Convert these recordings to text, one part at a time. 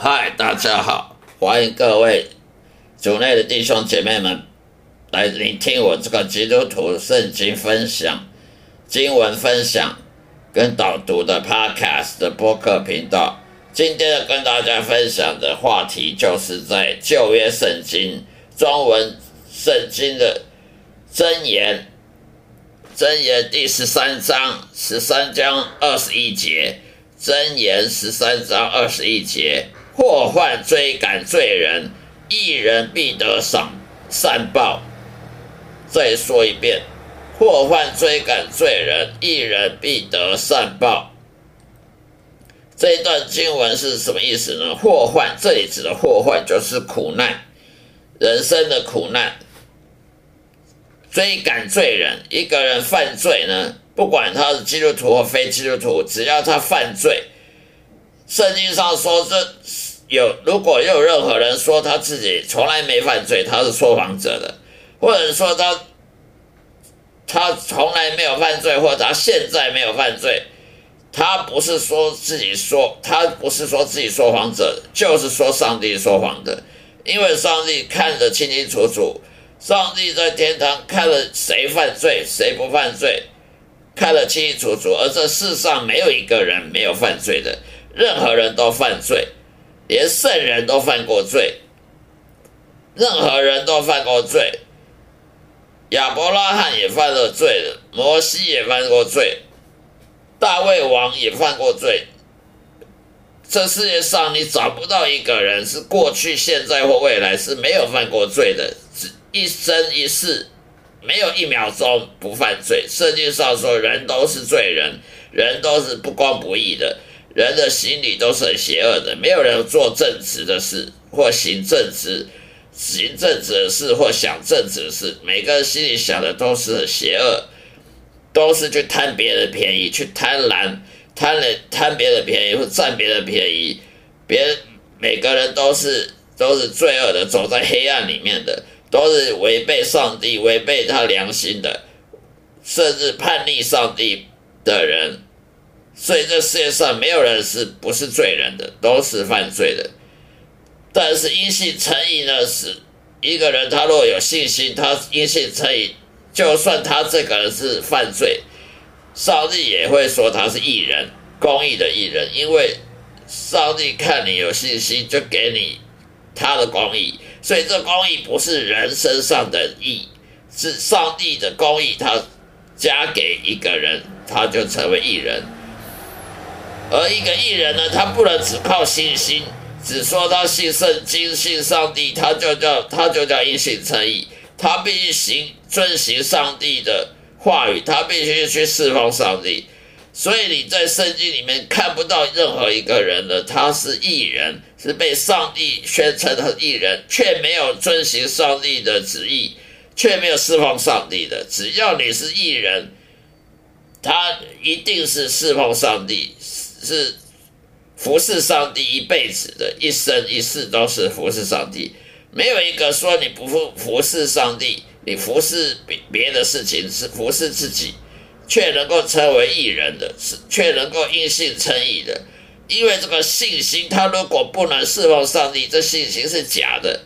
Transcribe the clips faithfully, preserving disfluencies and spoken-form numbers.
嗨，大家好，欢迎各位主内的弟兄姐妹们来聆听我这个基督徒圣经分享、经文分享跟导读的 Podcast 的播客频道。今天要跟大家分享的话题就是在旧约圣经中文圣经的箴言，箴言第十三章十三章二十一节，箴言十三章二十一节，祸患追赶罪人，义人必得赏善报。再说一遍，祸患追赶罪人，义人必得善报。这一段经文是什么意思呢？祸患，这里指的祸患就是苦难，人生的苦难。追赶罪人，一个人犯罪呢，不管他是基督徒或非基督徒，只要他犯罪，圣经上说这有，如果有任何人说他自己从来没犯罪，他是说谎者的，或者说他他从来没有犯罪，或者他现在没有犯罪，他不是说自己说，他不是说自己说谎者，就是说上帝说谎的，因为上帝看得清清楚楚，上帝在天堂看了谁犯罪，谁不犯罪，看得清清楚楚，而这世上没有一个人没有犯罪的，任何人都犯罪，连圣人都犯过罪，任何人都犯过罪，亚伯拉罕也犯了罪了，摩西也犯过罪，大卫王也犯过罪。这世界上你找不到一个人是过去、现在或未来是没有犯过罪的，一生一世没有一秒钟不犯罪。圣经上说人都是罪人，人都是不公不义的，人的心里都是很邪恶的，没有人做正直的事或行正直行正直的事或想正直的事，每个人心里想的都是很邪恶，都是去贪别人便宜，去贪婪，贪了贪别人便宜或占别人便宜，别人每个人都是都是罪恶的，走在黑暗里面的，都是违背上帝、违背他良心的，甚至叛逆上帝的人。所以这世界上没有人是不是罪人的，都是犯罪的。但是因信称义呢，是一个人他若有信心，他因信称义，就算他这个人是犯罪，上帝也会说他是义人，公义的义人，因为上帝看你有信心，就给你他的公义。所以这公义不是人身上的义，是上帝的公义，他加给一个人，他就成为义人。而一个义人呢，他不能只靠信心，只说他信圣经、信上帝，他就叫他就叫因信称义。他必须行遵行上帝的话语，他必须去侍奉上帝。所以你在圣经里面看不到任何一个人呢，他是义人，是被上帝宣称的义人，却没有遵行上帝的旨意，却没有侍奉上帝的。只要你是义人，他一定是侍奉上帝，是服侍上帝一辈子的，一生一世都是服侍上帝。没有一个说你不服服侍上帝，你服侍别的事情，是服侍自己，却能够成为义人的，却能够因信称义的。因为这个信心，他如果不能侍奉上帝，这信心是假的。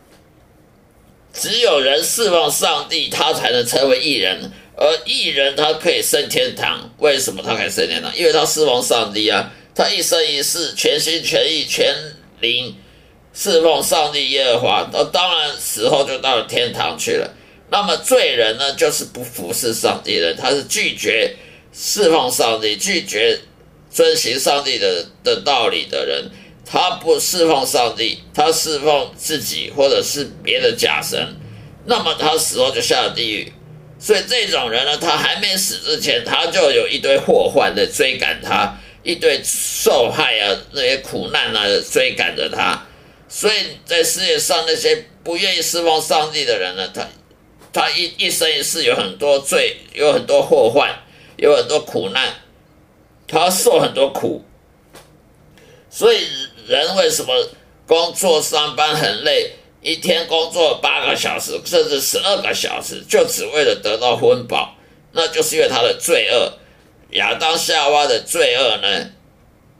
只有人侍奉上帝，他才能成为义人。而义人他可以升天堂，为什么他可以升天堂？因为他侍奉上帝啊，他一生一世全心全意全灵侍奉上帝耶和华，那当然死后就到了天堂去了。那么罪人呢，就是不服侍上帝的人，他是拒绝侍奉上帝，拒绝遵行上帝 的, 的道理的人，他不侍奉上帝，他侍奉自己或者是别的假神，那么他死后就下了地狱。所以这种人呢，他还没死之前，他就有一堆祸患的追赶他，一堆受害啊，那些苦难啊追赶着他。所以在世界上那些不愿意侍奉上帝的人呢，他他一一生一世有很多罪，有很多祸患，有很多苦难，他受很多苦。所以人为什么工作上班很累，一天工作八个小时甚至十二个小时，就只为了得到温饱？那就是因为他的罪恶，亚当夏娃的罪恶呢，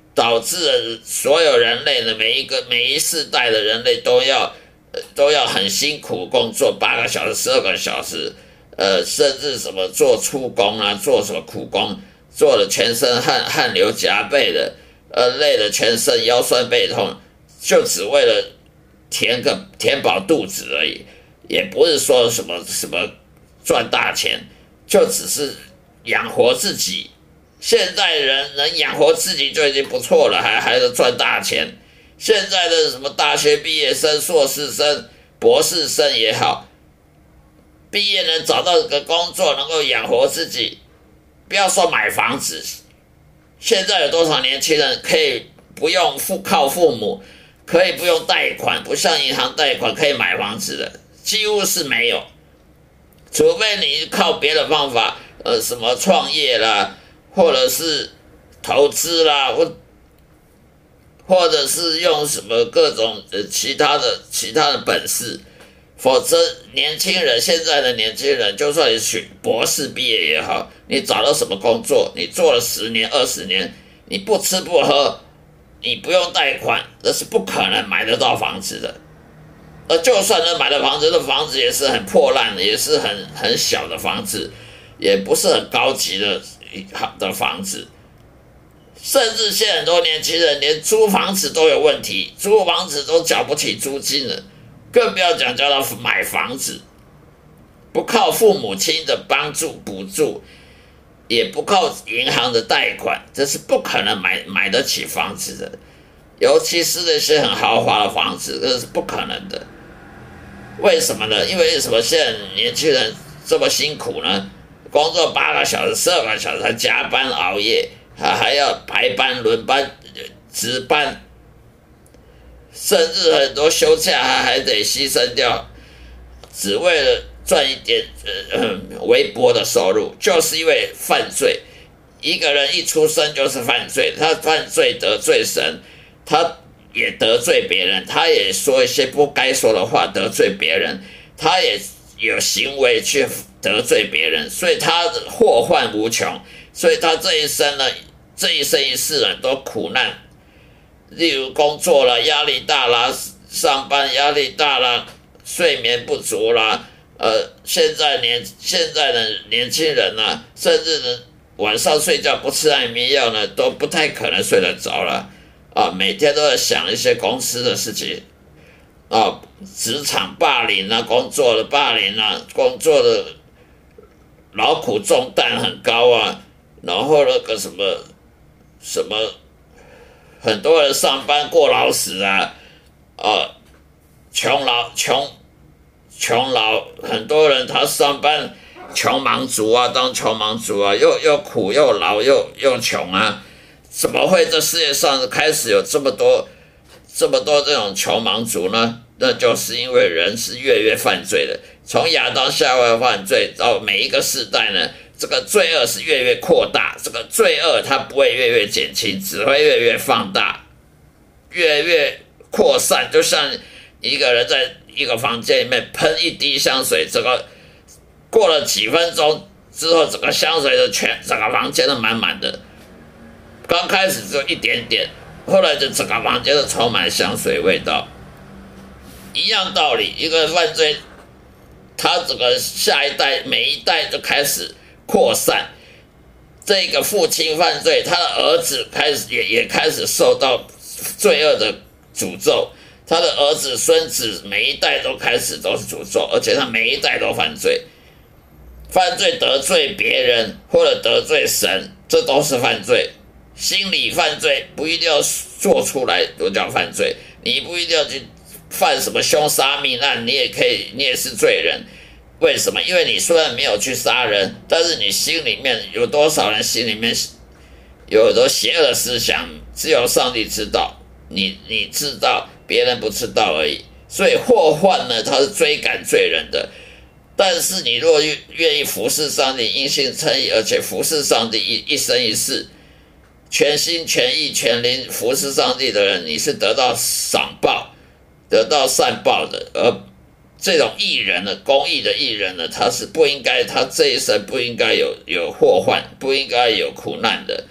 导致了所有人类的每一个每一世代的人类都要、呃、都要很辛苦工作八个小时、十二个小时，呃，甚至什么做粗工啊，做什么苦工，做的全身汗汗流浃背的，呃，累得全身腰酸背痛，就只为了填个填饱肚子而已，也不是说什么什么赚大钱，就只是养活自己。现在人能养活自己就已经不错了，还还能赚大钱。现在的什么大学毕业生、硕士生、博士生也好，毕业能找到一个工作，能够养活自己，不要说买房子，现在有多少年轻人可以不用父靠父母，可以不用贷款，不像银行贷款可以买房子的，几乎是没有。除非你靠别的方法，呃，什么创业啦，或者是投资啦，或或者是用什么各种呃其他的其他的本事，否则年轻人现在的年轻人，就算你学博士毕业也好，你找到什么工作，你做了十年二十年，你不吃不喝，你不用贷款，那是不可能买得到房子的。而就算能买到房子，那房子也是很破烂的，也是很很小的房子，也不是很高级的的房子。甚至现在很多年轻人连租房子都有问题，租房子都缴不起租金了，更不要讲叫他买房子。不靠父母亲的帮助补助，也不靠银行的贷款，这是不可能买买得起房子的。尤其是那些很豪华的房子，这是不可能的。为什么呢？因为什么现在年轻人这么辛苦呢？工作八个小时、十二个小时，还加班熬夜，还还要排班、轮班、值班，甚至很多休假还还得牺牲掉，只为了赚一点呃微薄的收入，就是因为犯罪。一个人一出生就是犯罪，他犯罪得罪神，他也得罪别人，他也说一些不该说的话得罪别人，他也有行为去得罪别人，所以他的祸患无穷，所以他这一生呢，这一生一世呢都苦难，例如工作啦，压力大啦，上班压力大啦，睡眠不足啦，呃，现在年现在的年轻人啊，甚至呢晚上睡觉不吃安眠药呢，都不太可能睡得着了。啊，每天都在想一些公司的事情，啊，职场霸凌啊，工作的霸凌啊，工作的劳苦重担很高啊，然后那个什么什么，很多人上班过劳死啊，啊，穷劳穷穷劳，很多人他上班穷忙族啊，当穷忙族啊，又又苦又劳又又穷啊。怎么会这世界上开始有这么多这么多这种穷忙族呢？那就是因为人是越越犯罪的，从亚当夏娃犯罪到每一个世代呢，这个罪恶是越越扩大，这个罪恶它不会越越减轻，只会越越放大，越越扩散。就像一个人在一个房间里面喷一滴香水，这个过了几分钟之后，整个香水的全整个房间都满满的。刚开始只有一点点，后来就整个房间都充满香水味道。一样道理，一个犯罪，他整个下一代每一代就开始扩散。这个父亲犯罪，他的儿子开始也也开始受到罪恶的诅咒，他的儿子孙子每一代都开始都是诅咒，而且他每一代都犯罪。犯罪得罪别人或者得罪神，这都是犯罪。心理犯罪不一定要做出来都叫犯罪，你不一定要去犯什么凶杀命案，你也可以，你也是罪人。为什么？因为你虽然没有去杀人，但是你心里面有多少人心里面有很多邪恶的思想，只有上帝知道，你你知道，别人不知道而已。所以祸患呢，它是追赶罪人的。但是你若愿意服侍上帝，因信称义，而且服侍上帝一一生一世，全心全意全灵服侍上帝的人，你是得到赏报，得到善报的。而这种义人呢，公义的义人呢，他是不应该，他这一生不应该有有祸患，不应该有苦难的。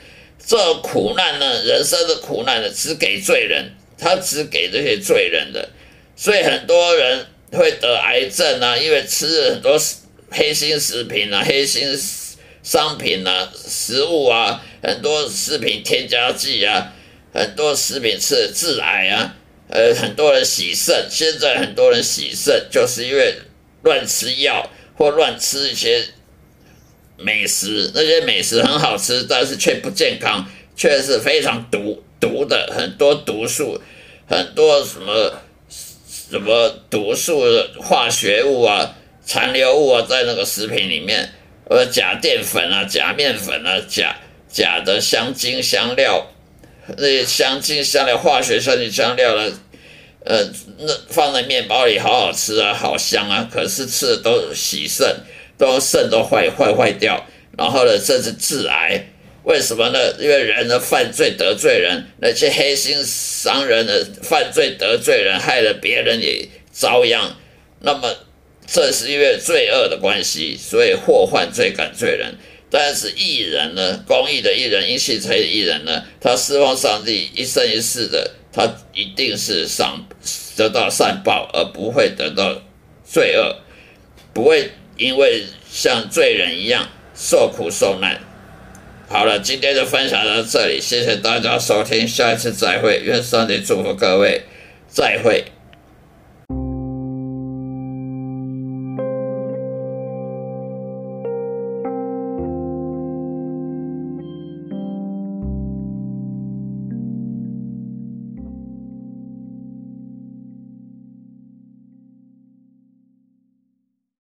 这种苦难呢，人生的苦难呢，只给罪人，他只给这些罪人的，所以很多人会得癌症啊，因为吃了很多黑心食品啊、黑心商品啊、食物啊，很多食品添加剂啊，很多食品吃了致癌啊，呃，很多人洗肾，现在很多人洗肾就是因为乱吃药或乱吃一些美食，那些美食很好吃，但是却不健康，却是非常毒毒的，很多毒素，很多什么什么毒素的化学物啊、残留物啊，在那个食品里面，呃，假淀粉啊、假面粉啊、假假的香精香料，那些香精香料、化学香精香料呢，呃，那放在面包里好好吃啊，好香啊，可是吃的都洗肾，都肾都坏坏坏掉，然后呢，甚至致癌。为什么呢？因为人的犯罪得罪人，那些黑心商人的犯罪得罪人，害了别人也遭殃。那么，这是因为罪恶的关系，所以祸患罪感罪人。但是义人呢，公义的义人，因信称义的义人呢，他侍奉上帝一生一世的，他一定是上得到善报，而不会得到罪恶，不会因为像罪人一样受苦受难。好了，今天就分享到这里，谢谢大家收听，下一次再会，愿上帝祝福各位，再会。